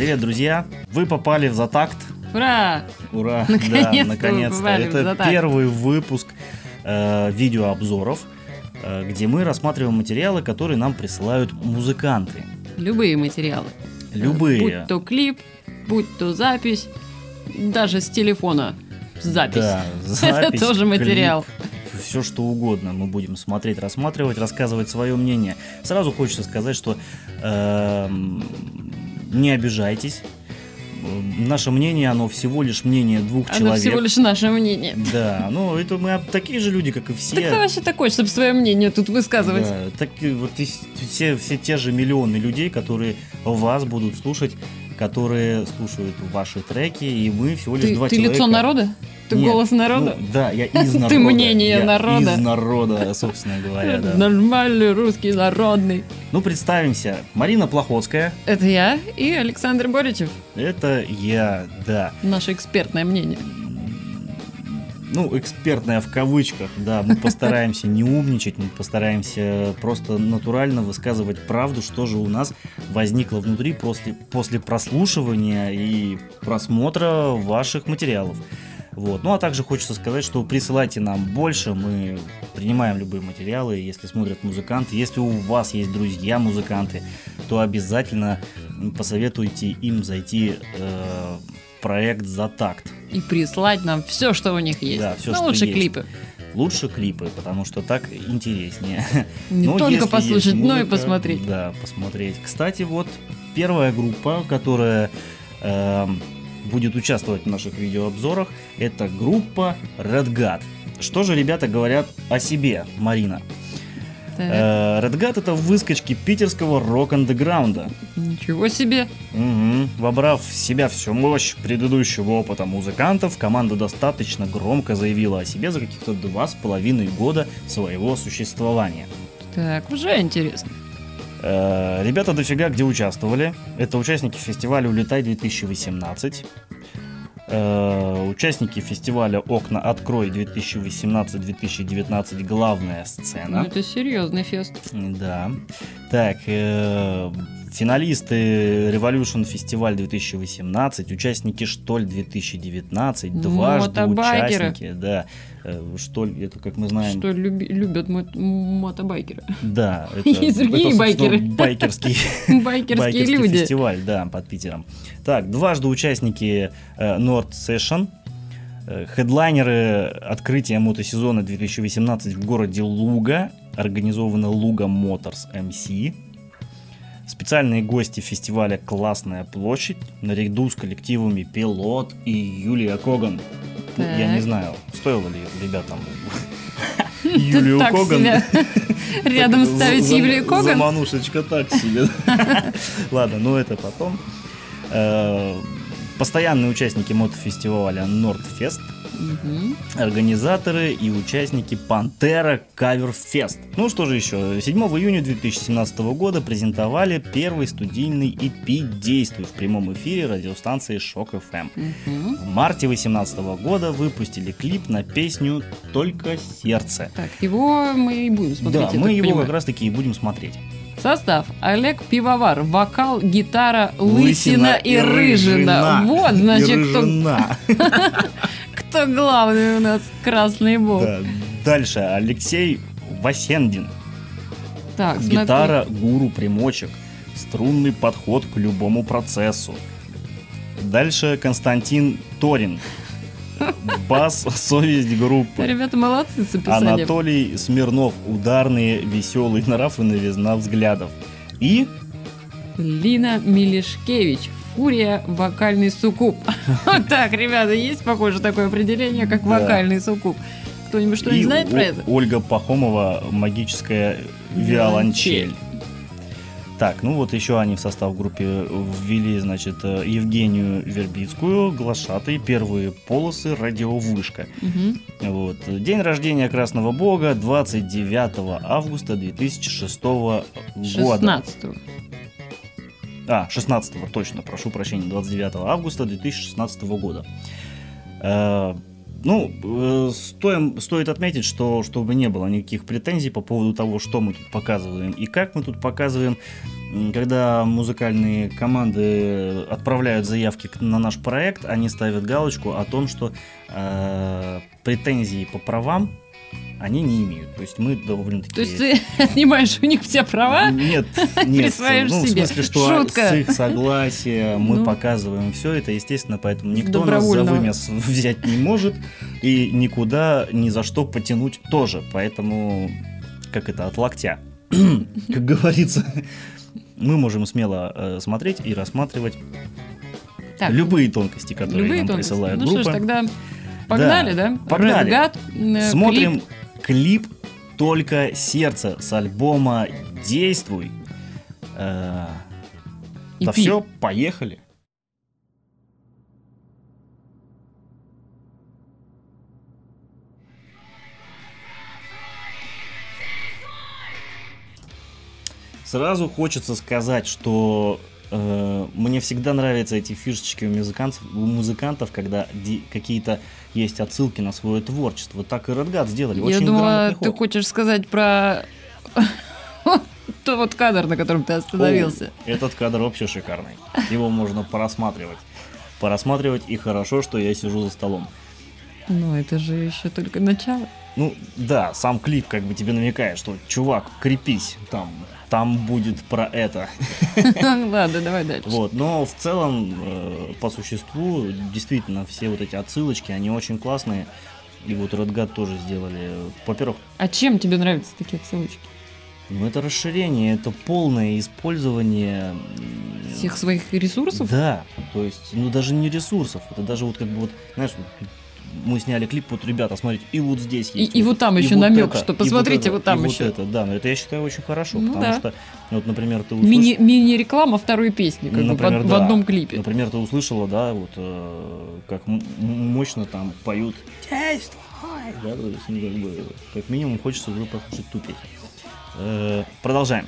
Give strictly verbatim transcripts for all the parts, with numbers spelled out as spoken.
Привет, друзья! Вы попали в «Затакт». Ура! Ура! Наконец-то, да, наконец-то. вы Это «Затакт». первый выпуск э, видеообзоров, э, где мы рассматриваем материалы, которые нам присылают музыканты. Любые материалы. Любые. Будь то клип, будь то запись, даже с телефона запись. Да, запись, Это тоже материал. Клип, все что угодно мы будем смотреть, рассматривать, рассказывать свое мнение. Сразу хочется сказать, что э, не обижайтесь. Наше мнение, оно всего лишь мнение двух Оно человек. всего лишь наше мнение. Да, ну это мы такие же люди, как и все. Так кто вообще такой, чтобы свое мнение тут высказывать? Да, так и вот и все, все те же миллионы людей, которые вас будут слушать, которые слушают ваши треки, и мы всего лишь Ты, два ты человека. лицо народа? Ты Нет, голос народа? Ну, да, я из народа. Ты мнение я народа. Из народа, собственно говоря, да. Нормальный русский народный. Ну, представимся. Марина Плохотская. Это я и Александр Боричев. Это я, да. Наше экспертное мнение. Ну, экспертная в кавычках, да, мы постараемся не умничать, мы постараемся просто натурально высказывать правду, что же у нас возникло внутри после, после прослушивания и просмотра ваших материалов. Вот. Ну, а также хочется сказать, что присылайте нам больше, мы принимаем любые материалы, если смотрят музыканты. Если у вас есть друзья-музыканты, то обязательно посоветуйте им зайти э, в проект «Затакт». И прислать нам все, что у них есть. Да, все, ну, что лучше есть. клипы. Лучше клипы, потому что так интереснее. Не Но только если послушать, есть но и музыка, посмотреть. Да, посмотреть. Кстати, вот первая группа, которая э, будет участвовать в наших видеообзорах, это группа Redgad. Что же ребята говорят о себе, Марина? Э, Redgad — это выскочки питерского рок-андеграунда. Ничего себе! Угу. Вобрав в себя всю мощь предыдущего опыта музыкантов, команда достаточно громко заявила о себе за каких-то два с половиной года своего существования. Так, уже интересно. Э, ребята дофига где участвовали. Это участники фестиваля «Улетай-две тысячи восемнадцать», э, участники фестиваля «Окна открой две тысячи восемнадцать - две тысячи девятнадцать. Главная сцена». Ну, это серьезный фест. Да. Так, э, финалисты Revolution фестиваль две тысячи восемнадцать, участники Штоль две тысячи девятнадцать, Ну, дважды мотобайкеры. участники, да. Э, Штоль, это, как мы знаем, Что люби- любят мо- мотобайкеры. да, это, И другие это, собственно, байкеры. байкерский, Байкерские байкерский люди. фестиваль, да, под Питером. Так, дважды участники э, North Session, э, хедлайнеры открытия мотосезона две тысячи восемнадцать в городе Луга, организовано Луга Моторс эм си. Специальные гости фестиваля «Классная площадь» наряду с коллективами «Пилот» и Юлия Коган. Ну, я Так. не знаю, стоило ли ребятам Юлию Так Коган себе. Рядом ставить за- Юлию Коган? Заманушечка так себе. Ладно, ну это потом. Э, Постоянные участники мотофестиваля Нордфест, Мгм. организаторы и участники Пантера Каверфест. Ну что же еще, седьмого июня две тысячи семнадцатого года презентовали первый студийный и пи «Действуй» в прямом эфире радиостанции Шок эф эм. Мгм. В марте две тысячи восемнадцатого года выпустили клип на песню «Только сердце». Так, его мы и будем смотреть. Да, я мы так его понимаю. как раз таки и будем смотреть. Состав: Олег Пивовар, вокал, гитара, Лысина лысина и, и рыжина. рыжина. Вот, значит, И кто, рыжина. кто главный у нас, красный бог. Да. Дальше Алексей Васендин. Так, смотри. Гитара гуру примочек. Струнный подход к любому процессу. Дальше Константин Торин. Бас, совесть группы. Ребята молодцы с описанием. Анатолий Смирнов. Ударные, веселый нрав и новизна взглядов. И Лина Мелешкевич, фурия, вокальный суккуб. Вот так, ребята, есть, похоже, такое определение, как Да. вокальный суккуб. Кто-нибудь что-нибудь и знает О- про это? Ольга Пахомова, магическая виолончель. Так, ну вот еще они в состав группы ввели, значит, Евгению Вербицкую, глашатай, первые полосы, радиовышка. Мгм. Вот. День рождения Красного Бога двадцать девятого августа две тысячи шестого года. шестнадцатого. А, шестнадцатого, точно, прошу прощения, двадцать девятого августа две тысячи шестнадцатого года. Э, Ну, э, стоим, стоит отметить, что чтобы не было никаких претензий по поводу того, что мы тут показываем и как мы тут показываем, когда музыкальные команды отправляют заявки на наш проект, они ставят галочку о том, что э, претензий по правам они не имеют. То есть мы довольно-таки... То есть ты отнимаешь у них все права? Нет, нет. Присваиваешь Ну, в себе. смысле, что Шутка. с их согласия мы Ну. показываем все это, естественно, поэтому никто нас за Добровольно. вымес взять не может и никуда ни за что потянуть тоже. Поэтому, как это, от локтя, как говорится, мы можем смело э, смотреть и рассматривать Так, любые тонкости, которые любые нам тонкости. присылают Ну что ж, группы. тогда погнали, да? погнали. Red God, э, Смотрим клип. клип «Только сердце» с альбома «Действуй». Э, Да и пи. все, поехали. Сразу хочется сказать, что э, мне всегда нравятся эти фишечки у музыкантов, у музыкантов, когда ди- какие-то есть отсылки на свое творчество. Так и Red God сделали. Я Очень думала, грамотный ты ход. хочешь сказать про тот вот кадр, на котором ты остановился. О, этот кадр вообще шикарный. Его можно просматривать. Порассматривать, и хорошо, что я сижу за столом. Ну, это же еще только начало. Ну, да, сам клип как бы тебе намекает, что, чувак, крепись, там, там будет про это. Ладно, давай дальше. Вот, но в целом, э, по существу, действительно, все вот эти отсылочки, они очень классные. И вот Red God тоже сделали. Во-первых, А чем тебе нравятся такие отсылочки? ну, это расширение, это полное использование... м, Всех своих ресурсов? Да, то есть, ну, даже не ресурсов, это даже вот как бы вот, знаешь, мы сняли клип, вот, ребята, смотрите, и вот здесь И, есть. и вот там и еще вот намек, это, что и посмотрите, это, вот там и еще. Вот это, да, но это я считаю очень хорошо, Ну потому да. что, вот, например, ты услышал, Мини, мини-реклама второй песни, как бы Например, в, в да. одном клипе. например, ты услышала, да, вот, э, как м- м- мощно там поют «Действуй!», да, то есть, ну, как бы, как минимум хочется уже послушать ту песню. Э, продолжаем.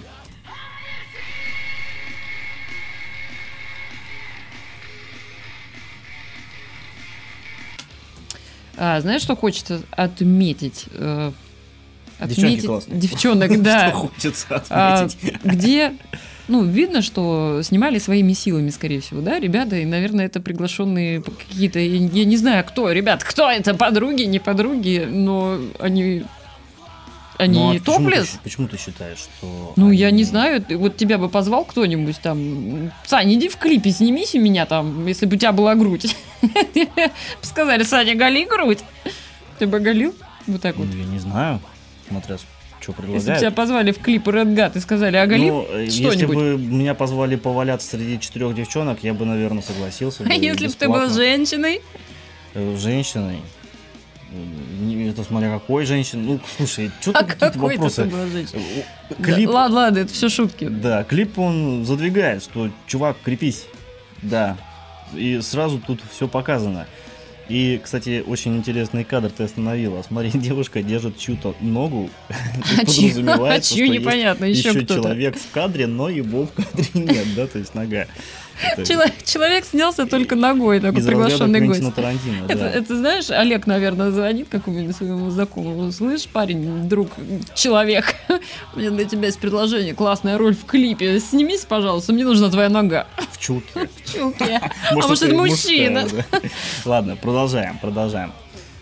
А, знаешь, что хочется отметить? Э, Девчонки отметить классные. девчонок, да. Что хочется А, отметить. где, ну, видно, что снимали своими силами, скорее всего, да, ребята, и, наверное, это приглашенные какие-то, я, я не знаю, кто, ребят, кто это, подруги, не подруги, но они, они Ну, а почему ты топлес. щ- Почему ты считаешь, что... Ну, я они- не знаю, ты- вот тебя бы позвал кто-нибудь там, Сань, иди в клипе, снимись у меня там, если бы у тебя была грудь. Сказали, Саня, голи грудь. Ты бы голил? Вот так Ну, вот. я не знаю, смотря что Если бы тебя предлагают. позвали в клип Red God и сказали, оголи Ну, э, если что-нибудь. бы меня позвали поваляться среди четырех девчонок, я бы, наверное, согласился. А бы если бы ты был бесплатно. женщиной? Э, Женщиной. Э, не- Это смотря какой женщиной. Ну, слушай, что А тут какие-то какой ты вопросы? была женщиной? Э, Да, Клип, ладно, ладно, это все шутки. да, клип он задвигает, что чувак, крепись. Да. И сразу тут все показано. И, кстати, очень интересный кадр ты остановила. Смотри, девушка держит чью-то ногу. А чью, а Подразумевается, чью что есть непонятно, еще еще кто-то. человек в кадре, но его в кадре нет, да, то есть нога. Это Чело- Человек снялся только ногой, такой из разряда приглашенный гость. Квентина Тарантино, Это, да. это, знаешь, Олег, наверное, звонит какому-нибудь своему знакомому. Слышь, парень, друг, человек, у меня для тебя есть предложение, классная роль в клипе. Снимись, пожалуйста, мне нужна твоя нога. В чулке. В чулке. А может, это мужчина? мужская, да. Ладно, продолжаем, продолжаем.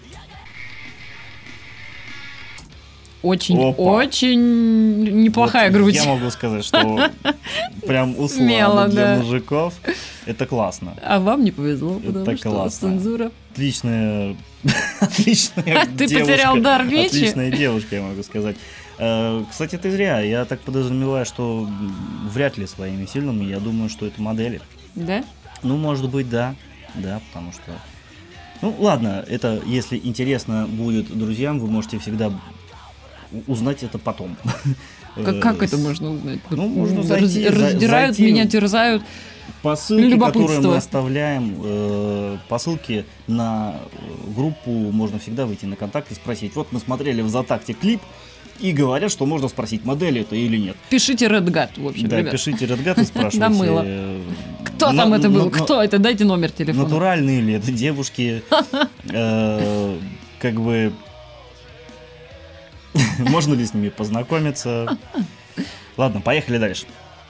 Очень, Опа. очень неплохая Вот грудь. Я могу сказать, что прям услада Смело, для да. мужиков. Это классно. А вам не повезло, потому Это что классно. цензура. Отличная, отличная Ты девушка. потерял дар речи? Отличная девушка, я могу сказать. Э, Кстати, ты зря. Я так подразумеваю, что м, вряд ли своими сильными. Я думаю, что это модели. Да? Ну, может быть, да. Да, потому что... Ну, ладно, это, если интересно будет друзьям, вы можете всегда у- узнать это потом. Как, как Э, это с- можно узнать? Ну, можно Раз- зайти, за- раздирают зайти. меня, терзают. По ссылке, Любопытство. которую мы оставляем, э, по ссылке на э, группу можно всегда выйти на контакт и спросить. Вот мы смотрели в Затакте клип, и говорят, что можно спросить, модель это или нет. Пишите Red God, в общем, Да, ребят. пишите Red God и спрашивайте. Да, мыло. э, Кто Но- там это был? но- но- Кто это? Дайте номер телефона. Натуральные ли это девушки? Э, Как бы... Можно ли с ними познакомиться? Ладно, поехали дальше.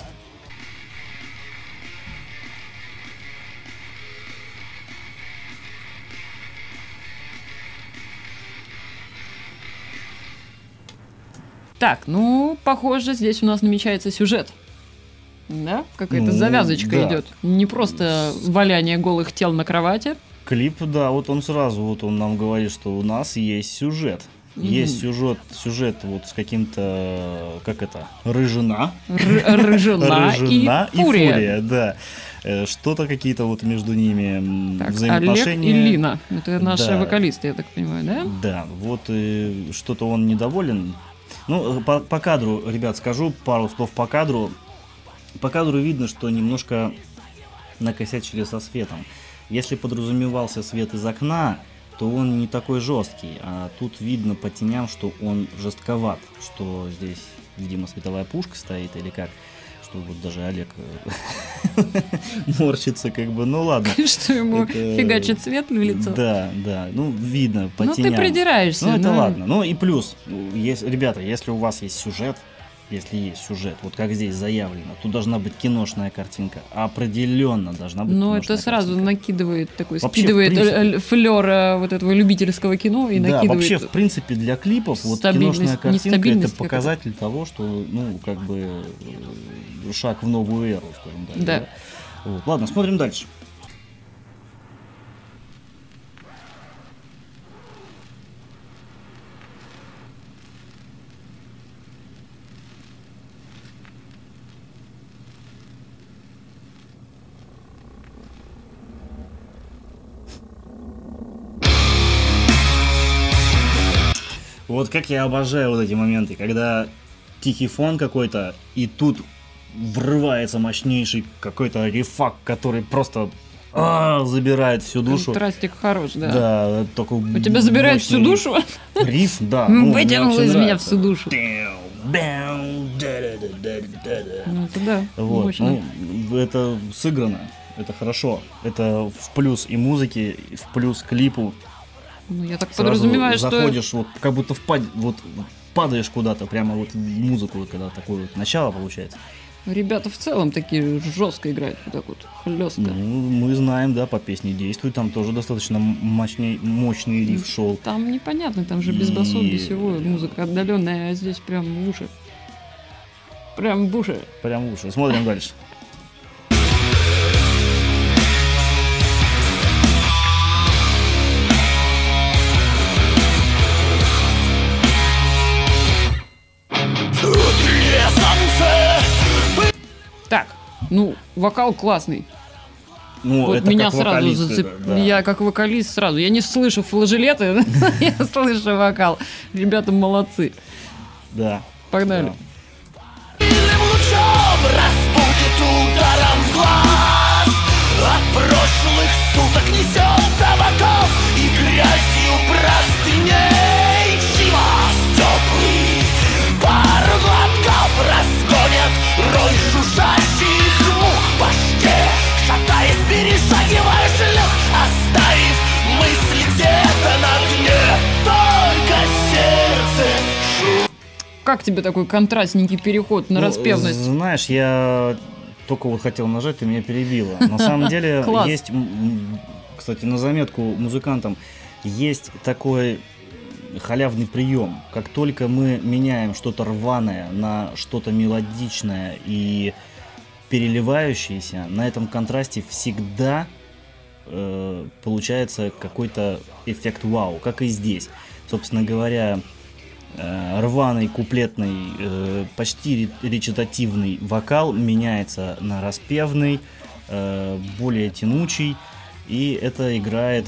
Так, ну, похоже, здесь у нас намечается сюжет. Да? Какая-то Ну, завязочка да. идет. Не просто валяние голых тел на кровати. Клип, да, вот он сразу, вот он нам говорит, что у нас есть сюжет. Мгм. Есть сюжет, сюжет вот с каким-то, как это, рыжина. Р- Рыжина и Рыжина и фурия. фурия, да. Э, Что-то какие-то вот между ними м, Так, Олег взаимоотношения. и Лина. Это наши Да. вокалисты, я так понимаю, да? Да, вот э, что-то он недоволен. Ну, по, по кадру, ребят, скажу пару слов по кадру. По кадру видно, что немножко накосячили со светом. Если подразумевался свет из окна, то он не такой жесткий, а тут видно по теням, что он жестковат, что здесь, видимо, световая пушка стоит или как, что вот даже Олег э, морщится, как бы, ну ладно. Что ему Это- фигачит свет в лицо? Да, да, ну видно по Ну ты теням. придираешься. Ну это ну. ладно. Ну и плюс, есть, ребята, если у вас есть сюжет, если есть сюжет, вот как здесь заявлено, то должна быть киношная картинка. Определенно должна быть Но киношная это сразу картинка. накидывает такой, Вообще, скидывает в принципе- э, э, флер э, вот этого любительского кино и Да, накидывает. вообще, в принципе, для клипов вот стабильность, киношная картинка это нестабильность показатель того, что, ну, как бы, э, шаг в новую эру, скажем так. Да. Вот. Ладно, смотрим дальше. Вот как я обожаю вот эти моменты, когда тихий фон какой-то, и тут врывается мощнейший какой-то рефак, который просто а, забирает всю душу. Контрастик хорош, да. Да, только У тебя забирает всю душу? Риф, да. ну, мне Вытянул вообще из меня нравится. всю душу. Дэу, дэу, да-да-да-да-да-да. Ну это да, Вот, мощно. ну, это сыграно, это хорошо. Это в плюс и музыке, и в плюс клипу. Ну, я так Сразу подразумеваю, что... заходишь, вот как будто впад... вот падаешь куда-то, прямо вот в музыку, вот когда такое вот начало получается. Ребята в целом такие жестко играют, вот так вот, хлестко. Ну, мы знаем, да, по песне «Действуй», там тоже достаточно мощный, мощный риф шел. Там непонятно, там же без И- басов, без всего, музыка отдаленная, а здесь прям в уши. Прям в уши. Прям в уши. Смотрим дальше. Так, ну, вокал классный. Ну, Вот это меня как сразу вокалист, зацеп... это, да. Я как вокалист сразу. Я не слышу флажолеты, я слышу вокал. Ребята молодцы. Да. Погнали. Да. лучом разбудит ударом в глаз. От прошлых суток несет табаков и грязью простыней. Чивас теплый пар глотков разгонят рой жужжащих мух в башке. Шатаясь, перешагивая шлюх, оставив мысли где-то на дне. Только сердце шум. Как тебе такой контрастненький переход на Ну, распевность? Знаешь, я только вот хотел нажать, ты меня перебила. На самом деле Класс. есть, м, м, кстати, на заметку музыкантам, есть такой халявный прием. Как только мы меняем что-то рваное на что-то мелодичное и переливающееся, на этом контрасте всегда э, получается какой-то эффект вау, как и здесь. Собственно говоря, э, рваный, куплетный, э, почти ре- речитативный вокал меняется на распевный, э, более тянучий, и это играет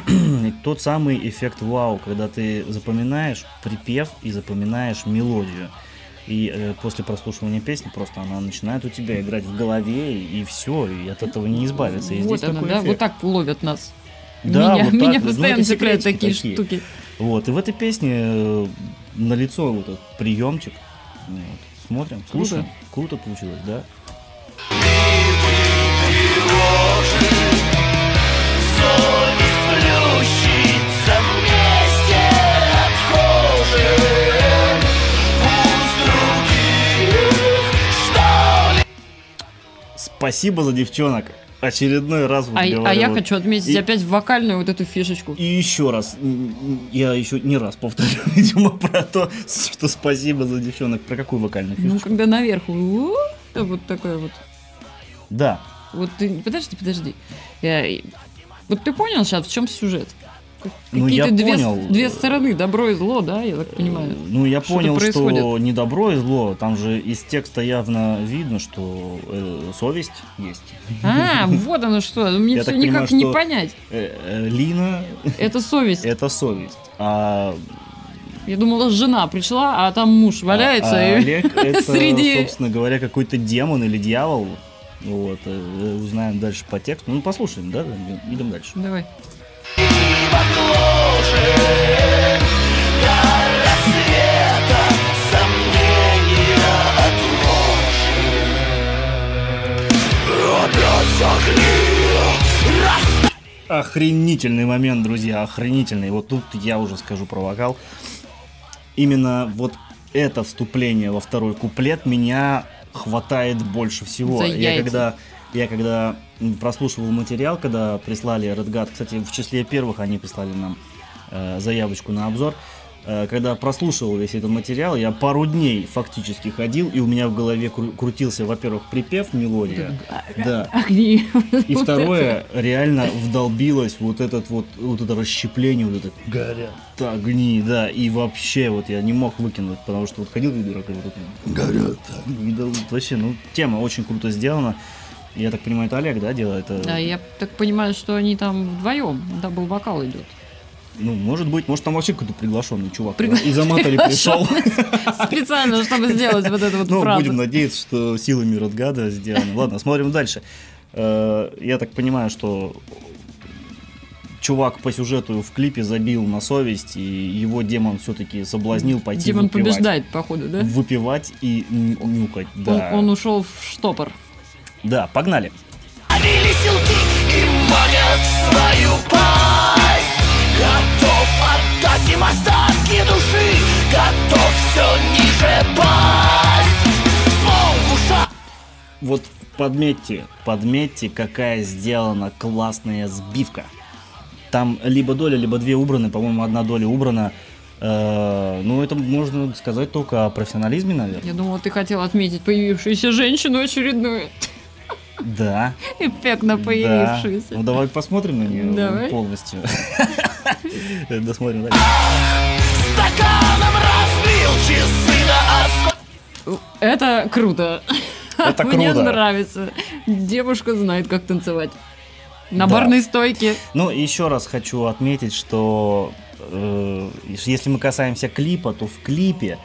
тот самый эффект вау, когда ты запоминаешь припев и запоминаешь мелодию. И э, после прослушивания песни просто она начинает у тебя играть в голове, и, все, и от этого не избавиться. И Вот здесь она, такой да, эффект. вот так ловят нас. Да, меня вот меня так, ну, постоянно это цепляют секретики такие, такие. штуки. Вот, и в этой песне э, налицо вот этот приемчик. Вот. Смотрим, Круто. слушаем. Круто получилось, да? Ты, ты, ты тревожит. Совесть плющится вместе отхожим. Пусть других, что ли. Спасибо за девчонок. Очередной раз вот А, говорю, а я вот. хочу отметить И- опять вокальную вот эту фишечку. И еще раз, м, м, я еще не раз повторю, видимо, про то, что спасибо за девчонок. Про какую вокальную Ну, фишечку? когда наверху, у, вот такое вот. Да. Вот ты, подожди, подожди. Я- вот ты понял сейчас, в чем сюжет? Как- Ну, Какие-то я две, понял. две стороны, добро и зло, да, я так понимаю. Ну, я Что-то понял, что происходит. не добро и зло. Там же из текста явно видно, что э, совесть есть. А, вот оно что, мне Я все так никак понимаю, не что- понять. Э, э, Лина Это совесть. — это совесть. А, Я думала, жена пришла, а там муж валяется. а и Олег — это, среди... собственно говоря, какой-то демон или дьявол. Вот, э, узнаем дальше по тексту. Ну, послушаем, да? Идем дальше. Давай. Подложит до рассвета сомнения отложит. Опять огни. Охренительный момент, друзья, охренительный. Вот тут я уже скажу про вокал. Именно вот это вступление во второй куплет меня хватает больше всего. За Я яйца. когда, я когда м, прослушивал материал, когда прислали Red God, кстати, в числе первых они прислали нам э, заявочку на обзор. Э, когда прослушивал весь этот материал, я пару дней фактически ходил, и у меня в голове кру- крутился, во-первых, припев, мелодия. Да. Огни. И Вот второе, реально вдолбилось вот этот вот, вот это расщепление, вот это горят огни, да, и вообще вот я не мог выкинуть, потому что вот ходил и дурак, и вот это горят огни, да, вот вообще, ну, тема очень круто сделана. Я так понимаю, это Олег, да, делает? это. Да, я так понимаю, что они там вдвоем, дабл-вокал идет. Ну, может быть, может там вообще какой-то приглашенный чувак Пригла- из Аматори пришел. Специально, чтобы сделать вот эту вот Ну, фразу. будем надеяться, что силами Ротгада сделано. Ладно, смотрим дальше. Э, Я так понимаю, что чувак по сюжету в клипе забил на совесть, и его демон все-таки соблазнил пойти Демон выпивать. побеждает, походу, да? Выпивать и н- нюхать, да. Он, он ушел в штопор. Да, погнали. Обили силки и манят в свою пасть. Готов отдать им остатки души, готов все ниже пасть. Звон в ушах. Вот подметьте, подметьте, какая сделана классная сбивка. Там либо доля, либо две убраны, по-моему, одна доля убрана. Э, Ну, это можно сказать только о профессионализме, наверное. Я думала, ты хотел отметить появившуюся женщину очередную. Да. Эффектно Да. появившуюся. Ну, давай посмотрим на нее Давай. полностью. Досмотрим дальше. Стаканом разбил часы на осколки. Это круто. Это Мне круто. нравится. Девушка знает, как танцевать. На Да. барной стойке. Ну, еще раз хочу отметить, что э, если мы касаемся клипа, то в клипе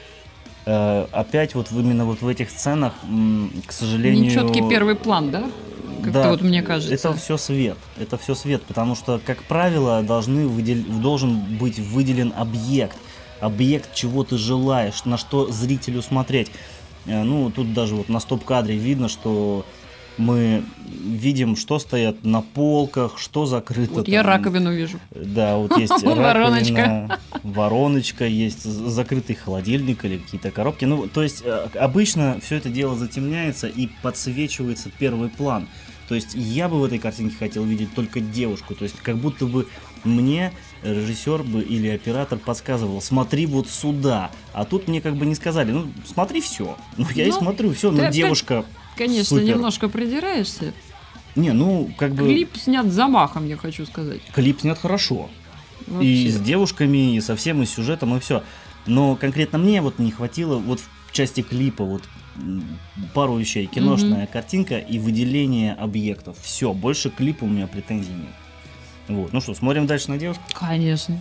э, опять вот в- именно вот в этих сценах, м, к сожалению... Нечеткий первый план, да? Как-то Да, вот мне кажется. Это все свет. Это все свет, потому что, как правило, должны выдел- должен быть выделен объект. Объект, чего ты желаешь, на что зрителю смотреть. Э, Ну, тут даже вот на стоп-кадре видно, что мы видим, что стоят на полках, что закрыто. Вот я там. раковину вижу. Да, вот есть Вороночка. раковина, вороночка, есть з- закрытый холодильник или какие-то коробки. Ну, то есть э, обычно все это дело затемняется и подсвечивается первый план. То есть я бы в этой картинке хотел видеть только девушку. То есть как будто бы мне режиссер бы или оператор подсказывал: смотри вот сюда. А тут мне как бы не сказали: ну, смотри все. Ну, я и Ну, смотрю, все, ты но опять, девушка... Конечно, супер. немножко придираешься. Не, ну, как бы... Клип снят замахом, я хочу сказать. Клип снят хорошо. И Вообще. с девушками, и со всем, и с сюжетом, и все. Но конкретно мне вот не хватило вот в части клипа вот м, пару вещей. Киношная картинка и выделение объектов. Все, больше к клипу у меня претензий нет. Вот. Ну что, смотрим дальше на девушку. Конечно.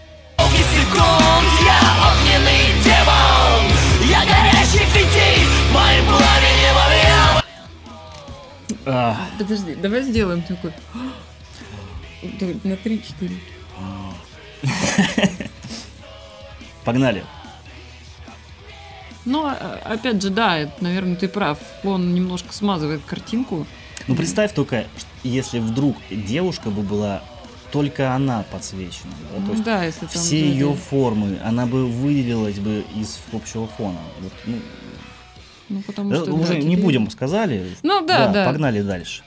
Секунд, я огненный демон. Я горящий фитиль, моим пламенем объем. А, Подожди, давай сделаем такой. Давай на три-четыре. погнали. Но, а, опять же, да, это, наверное, ты прав. Он немножко смазывает картинку. Ну, представь только, ш- если вдруг девушка бы была только она подсвечена, да, то Ну есть да, если там все были- ее формы, она бы выделилась бы из общего фона. Вот, ну, Ну, потому да, что, уже да, не тебе- будем, сказали. Ну, да, да. Погнали дальше.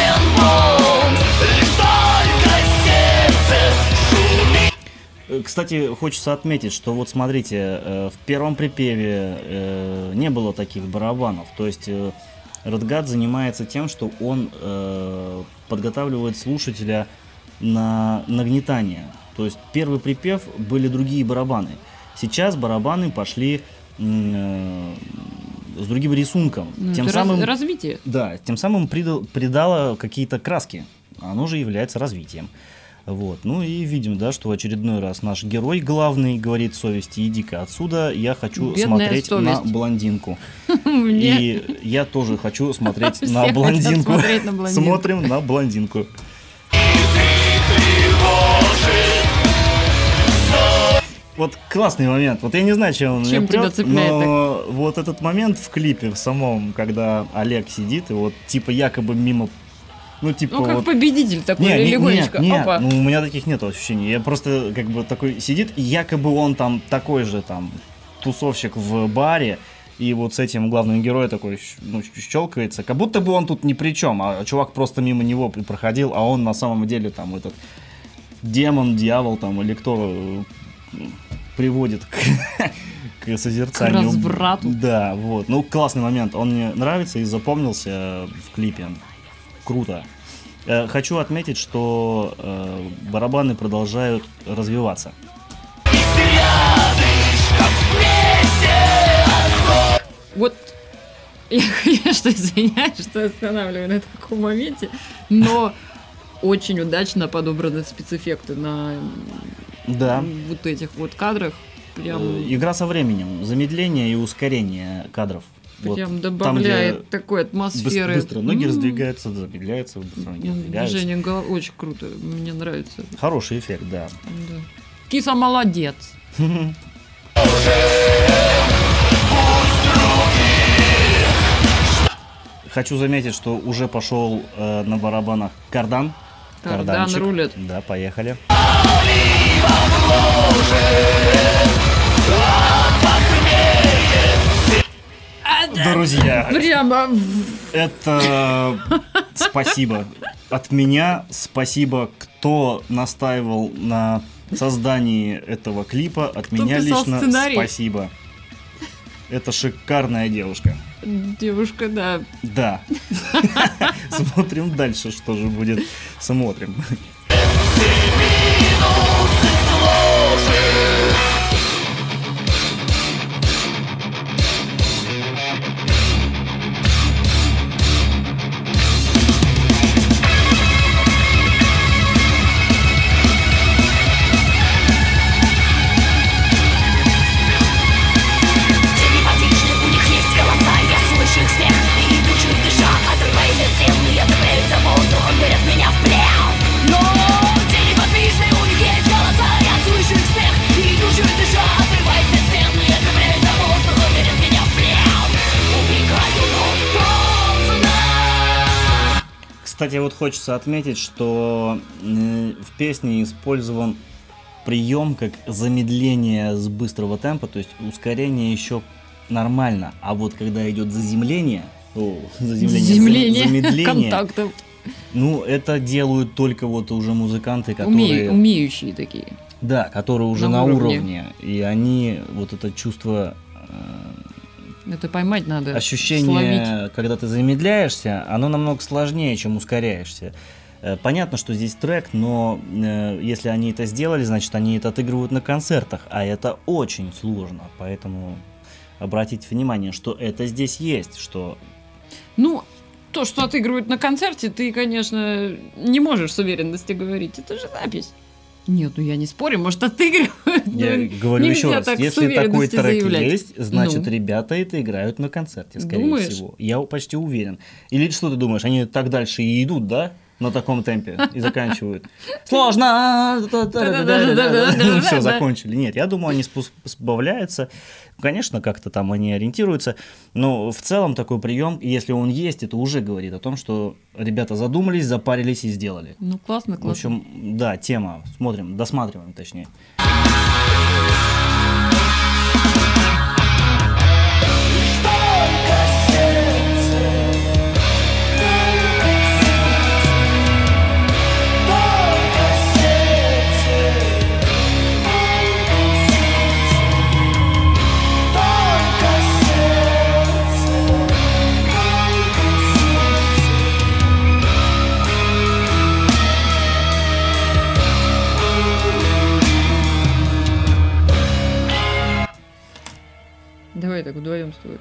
Лишь только сердце шумит. Э, Кстати, хочется отметить, что вот смотрите, э, в первом припеве э, не было таких барабанов. То есть э, Редгад занимается тем, что он э, подготавливает слушателя на нагнетание. То есть первый припев были другие барабаны. Сейчас барабаны пошли м, э, с другим рисунком. Ну, тем это раз- самым, развитие. да, тем самым придал- придало какие-то краски. Оно же является развитием. Вот. Ну и видим, да, что в очередной раз наш герой главный говорит совести: иди-ка отсюда, я хочу Бедная смотреть на совесть. блондинку. Мне И я тоже хочу смотреть Все на хотят блондинку. смотреть на блондинку. Смотрим на блондинку. Вот классный момент. Вот я не знаю, чем он Чем меня тебя прет, цепляет но вот этот момент в клипе в самом, когда Олег сидит и вот типа якобы мимо, ну типа Ну, как вот. победитель такой, Не, не- легонечко. нет, нет, Опа. ну у меня таких нет ощущений. Я просто как бы такой сидит, и якобы он там такой же там тусовщик в баре, и вот с этим главным героем такой щ- ну, щ- щелкается, как будто бы он тут ни при чем, а чувак просто мимо него при- проходил, а он на самом деле там этот демон, дьявол там или кто э, приводит к, к созерцанию. К разврату. Да, вот. Ну, классный момент. Он мне нравится и запомнился в клипе. Круто. Э, Хочу отметить, что э, барабаны продолжают развиваться. Вот я, конечно, извиняюсь, что останавливаю на таком моменте, но очень удачно подобраны спецэффекты на Да. вот этих вот кадрах. Прям, Э, Игра со временем, замедление и ускорение кадров. Вот прям там, добавляет где такой быс- атмосферы. быстро ноги М, раздвигаются, замедляются, быстро ноги ну, раздвигаются. Движение голов очень круто, мне нравится. Хороший эффект, да. Да. Киса молодец. Хочу заметить, что уже пошел э, на барабанах кардан. Кардан Карданчик. рулит. Да, поехали. Друзья, Прямо в- это спасибо. От меня спасибо, кто настаивал на создании этого клипа. От меня писал лично сценарий? спасибо. Это шикарная девушка. девушка, да. Да. Смотрим дальше, что же будет. Смотрим. Телепатичны, у них есть голоса, я слышу их смех и иду чуть дыша, отрываясь от стен, я цепляюсь за воздух, он берет меня в плен. Но телепатичны, у них есть голоса, я слышу их смех и иду чуть дыша, отрываясь от стен, я цепляюсь за воздух, он берет меня в плен. Убегаю, но поздно. Кстати, вот хочется отметить, что э, в песне использован прием как замедление с быстрого темпа, то есть ускорение еще нормально, а вот когда идет заземление, о, заземление, Земление замедление, контактов. ну это делают только вот уже музыканты, которые, Уме- умеющие такие. да, которые уже на на, уровне. уровне, и они вот это чувство э, Это поймать надо. словить. ощущение, когда ты замедляешься, оно намного сложнее, чем ускоряешься. Э, Понятно, что здесь трек, но э, если они это сделали, значит они это отыгрывают на концертах, а это очень сложно, поэтому обратите внимание, что это здесь есть, что Ну, то, что отыгрывают на концерте, ты, конечно, не можешь с уверенностью говорить. Это же запись. Нет, ну я не спорю, может, отыгрывают. я но говорю нельзя еще раз, так с если такой уверенностью трек заявлять. есть, значит Ну. ребята это играют на концерте, скорее Думаешь? всего. Я почти уверен. Или что ты думаешь, они так дальше и идут, да? На таком темпе и заканчивают. Сложно. Да-да-да-да-да-да-да. Все, закончили. Нет, я думаю, они спус- сбавляются. Конечно, как-то там они ориентируются, но в целом такой прием, если он есть, это уже говорит о том, что ребята задумались, запарились и сделали. Ну, классно, классно. В общем, да, тема. Смотрим, досматриваем, точнее. Давай так вдвоем с тобой.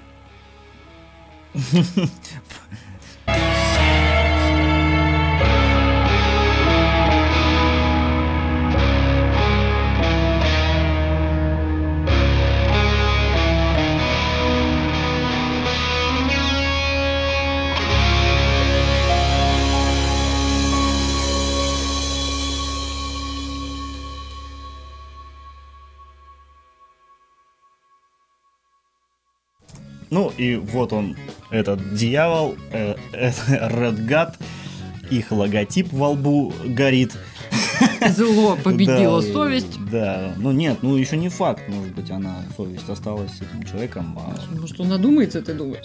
Ну и вот он, этот дьявол, э, э, Red God, их логотип во лбу горит. Зло победила Да, совесть. Да, ну нет, ну еще не факт, может быть, она, совесть осталась с этим человеком. А... Может, он надумается, ты думаешь?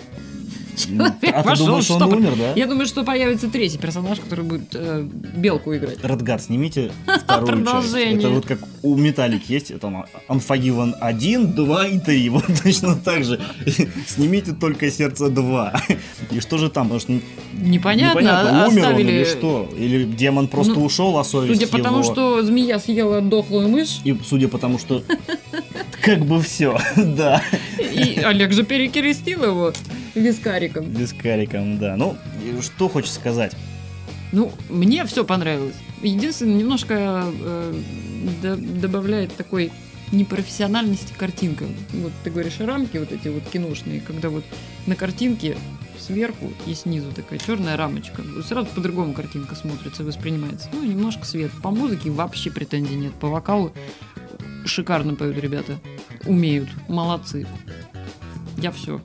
Ну, а ты Пошел думаешь, он штопор. умер, да? Я думаю, что появится третий персонаж, который будет э, белку играть. Редгад, снимите вторую часть. Продолжение. Это вот как у Металлик есть, там Unforgiven один, два и три. Вот точно так же. Снимите только Сердце два. И что же там? Потому что Непонятно, непонятно, умер оставили... он или что? Или демон просто Ну, ушел, а совесть Судя по тому, его... что змея съела дохлую мышь, И судя по тому, что как бы все, да. и Олег же перекрестил его вискариком. Вискариком, да. Ну, и что хочется сказать? Ну, мне все понравилось. Единственное, немножко э, до- добавляет такой непрофессиональности картинка. Вот ты говоришь, рамки вот эти вот киношные, когда вот на картинке сверху и снизу такая черная рамочка. Сразу по-другому картинка смотрится, воспринимается. Ну, немножко свет. По музыке вообще претензий нет. По вокалу шикарно поют ребята. Умеют. Молодцы. Я все.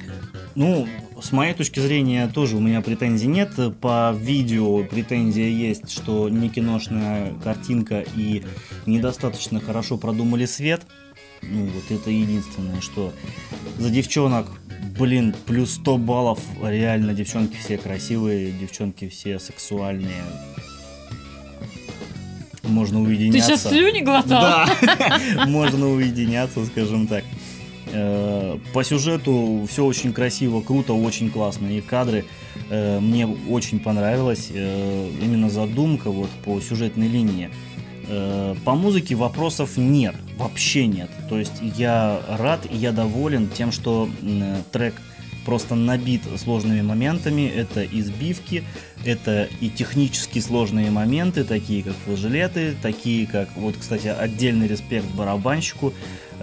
Ну, с моей точки зрения, тоже у меня претензий нет. По видео претензия есть, что не киношная картинка и недостаточно хорошо продумали свет. Ну, вот это единственное, что за девчонок, блин, плюс сто баллов. Реально, девчонки все красивые, девчонки все сексуальные. Можно Ты уединяться. сейчас слюни глотал? Да, можно уединяться, скажем так. По сюжету все очень красиво, круто, очень классные кадры. Мне очень понравилось именно задумка вот по сюжетной линии. По музыке вопросов нет, вообще нет. То есть я рад и я доволен тем, что трек просто набит сложными моментами. Это избивки, это и технически сложные моменты, такие как флажолеты, такие как, вот, кстати, отдельный респект барабанщику.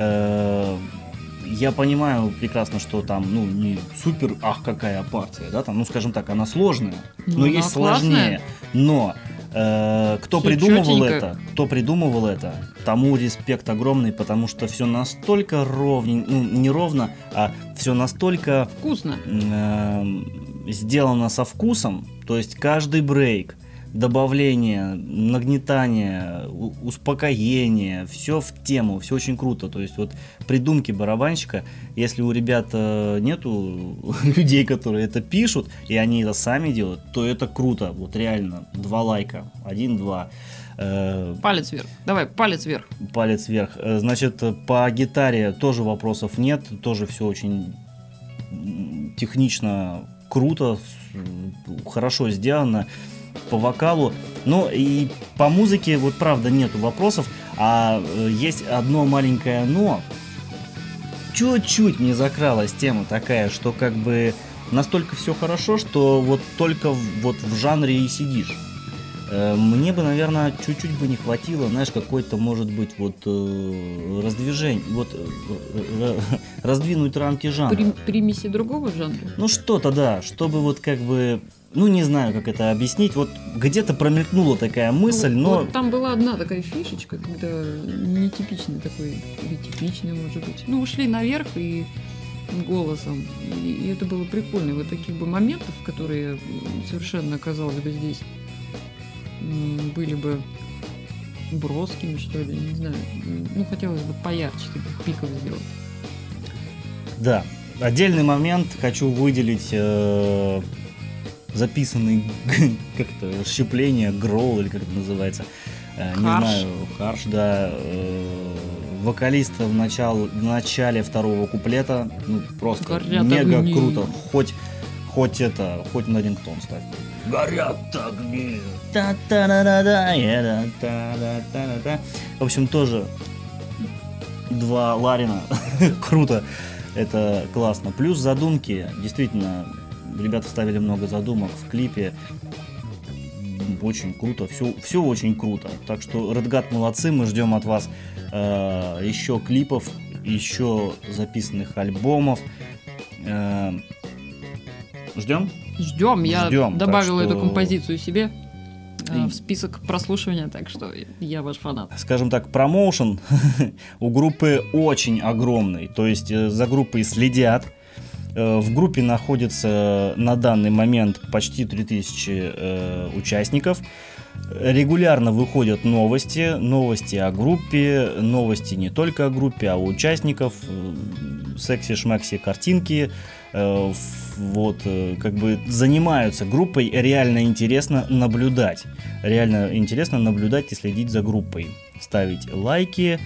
Я понимаю прекрасно, что там, ну, не супер, ах, какая партия, да, там, ну, скажем так, она сложная, Ну, но она есть классная. сложнее. Но э, кто Всё придумывал чётенько. это, кто придумывал это, тому респект огромный, потому что все настолько ровненько, ну, не ровно, а все настолько Вкусно. э, сделано со вкусом, то есть каждый брейк, добавление, нагнетание, у- успокоение, все в тему, все очень круто. То есть вот придумки барабанщика, если у ребят э, нету людей, которые это пишут, и они это сами делают, то это круто. Вот реально, два лайка, один-два. Э, Палец вверх. Давай, палец вверх. Палец вверх. Э, Значит, по гитаре тоже вопросов нет, тоже все очень м, технично, круто, с- хорошо сделано. По вокалу, ну и по музыке, вот правда нету вопросов, а э, есть одно маленькое но. Чуть-чуть мне закралась тема такая, что как бы настолько все хорошо, что вот только в- вот в жанре и сидишь. Э, Мне бы, наверное, чуть-чуть бы не хватило, знаешь, какой-то, может быть, вот э, раздвижение, вот э, э, раздвинуть рамки жанра. При- примеси другого жанра. Ну что-то, да, чтобы вот как бы ну, не знаю, как это объяснить. Вот где-то промелькнула такая мысль, Ну, но... вот там была одна такая фишечка, когда нетипичный такой, или типичный, может быть. Ну, ушли наверх и голосом. И, и это было прикольно. Вот таких бы моментов, которые совершенно, казалось бы, здесь м, были бы броскими, что ли, не знаю. Ну, хотелось бы поярче таких пиков сделать. Да, отдельный момент хочу выделить э, записанный, как-то, расщепление, гроул, или как это называется, э, не Харш. знаю, харш, да, э, вокалиста в, начало, в начале второго куплета, ну, просто Горят мега огни. круто, хоть, хоть это, хоть на рингтон ставь. Горят огни. Та-та-да-да-да, та-та-да-да-да. В общем, тоже два Ларина, круто. Это классно. Плюс задумки. Действительно, ребята ставили много задумок в клипе. Очень круто. Все, все очень круто. Так что Redguard молодцы. Мы ждем от вас э, еще клипов, еще записанных альбомов. Э, ждем? Ждем. Я Ждем, так добавила что- эту композицию себе э, И- в список прослушивания, так что я ваш фанат. Скажем так, промоушен у группы очень огромный. То есть э, за группой следят. Э, В группе находится на данный момент почти три тысячи э, участников. Регулярно выходят новости, новости о группе, новости не только о группе, а о участников, э, секси-шмекси картинки. Э, ф- Вот, э, как бы занимаются группой, реально интересно наблюдать. Реально интересно наблюдать и следить за группой. Ставить лайки.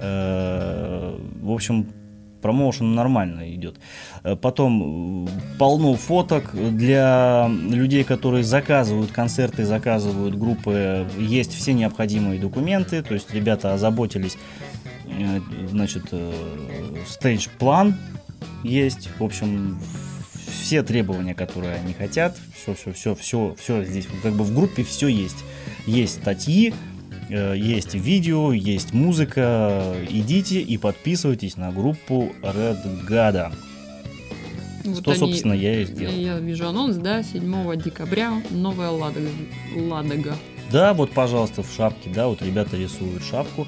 э, В общем, промоушен нормально идет. Э, Потом э, полно фоток для людей, которые заказывают концерты, заказывают группы. Есть все необходимые документы. То есть ребята озаботились, э, значит, э, стейдж-план есть. В общем, все требования, которые они хотят. Все, все, все, все, все здесь. Как бы в группе все есть. Есть статьи, э, есть видео, есть музыка. Идите и подписывайтесь на группу Redguard. Вот Что, они- собственно, я и сделал. Я вижу анонс, да, седьмого декабря, новая Ладога. Ладога. Да, вот, пожалуйста, в шапке, да, вот ребята рисуют шапку,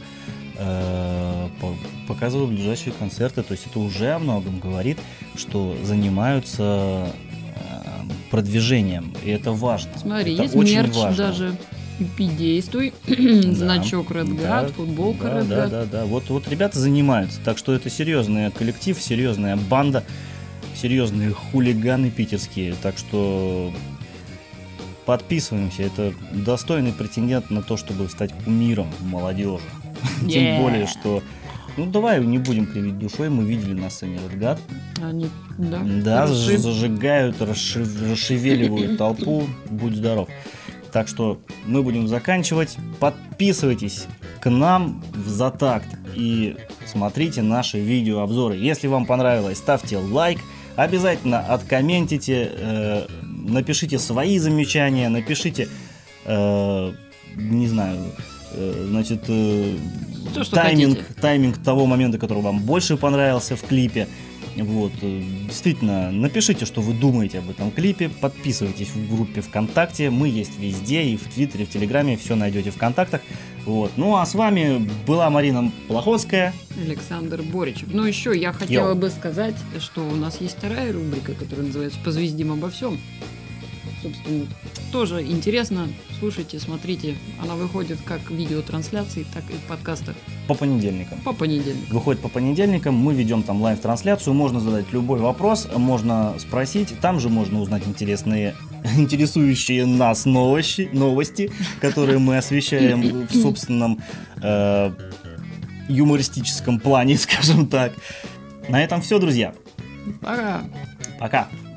э, по- показывают ближайшие концерты, то есть это уже о многом говорит, что занимаются э, продвижением, и это важно. Смотри, это есть очень мерч важно. даже. ю пи действуй, Да, значок Redguard, да, футболка Да, да, Redguard. да, да. Вот, вот ребята занимаются, так что это серьезный коллектив, серьезная банда, серьезные хулиганы питерские, так что подписываемся, это достойный претендент на то, чтобы стать кумиром молодежи. Yeah. Тем более, что, ну давай не будем кривить душой, мы видели на сцене Redguard, Они, да, да, хороши. заж- зажигают, расши- расшевеливают толпу, будь здоров. Так что мы будем заканчивать. Подписывайтесь к нам в Затакт и смотрите наши видеообзоры. Если вам понравилось, ставьте лайк, обязательно откомментите, э, напишите свои замечания, напишите, э, не знаю, э, значит, э, То, что тайминг, хотите. тайминг того момента, который вам больше понравился в клипе. Вот, э, действительно, напишите, что вы думаете об этом клипе, подписывайтесь в группе ВКонтакте, мы есть везде, и в Твиттере, и в Телеграме, все найдете в контактах. Вот. Ну а с вами была Марина Плохотская. Александр Боричев. Ну, еще я хотела Йоу. бы сказать, что у нас есть вторая рубрика, которая называется «Позвездим обо всем». Собственно, тоже интересно. Слушайте, смотрите. Она выходит как в видеотрансляции, так и в подкастах По понедельникам. по понедельникам. Выходит по понедельникам, мы ведем там лайв-трансляцию, можно задать любой вопрос, можно спросить, там же можно узнать интересные, интересующие нас новости, новости, которые мы освещаем в собственном э, юмористическом плане, скажем так. На этом все, друзья. Пока! Пока.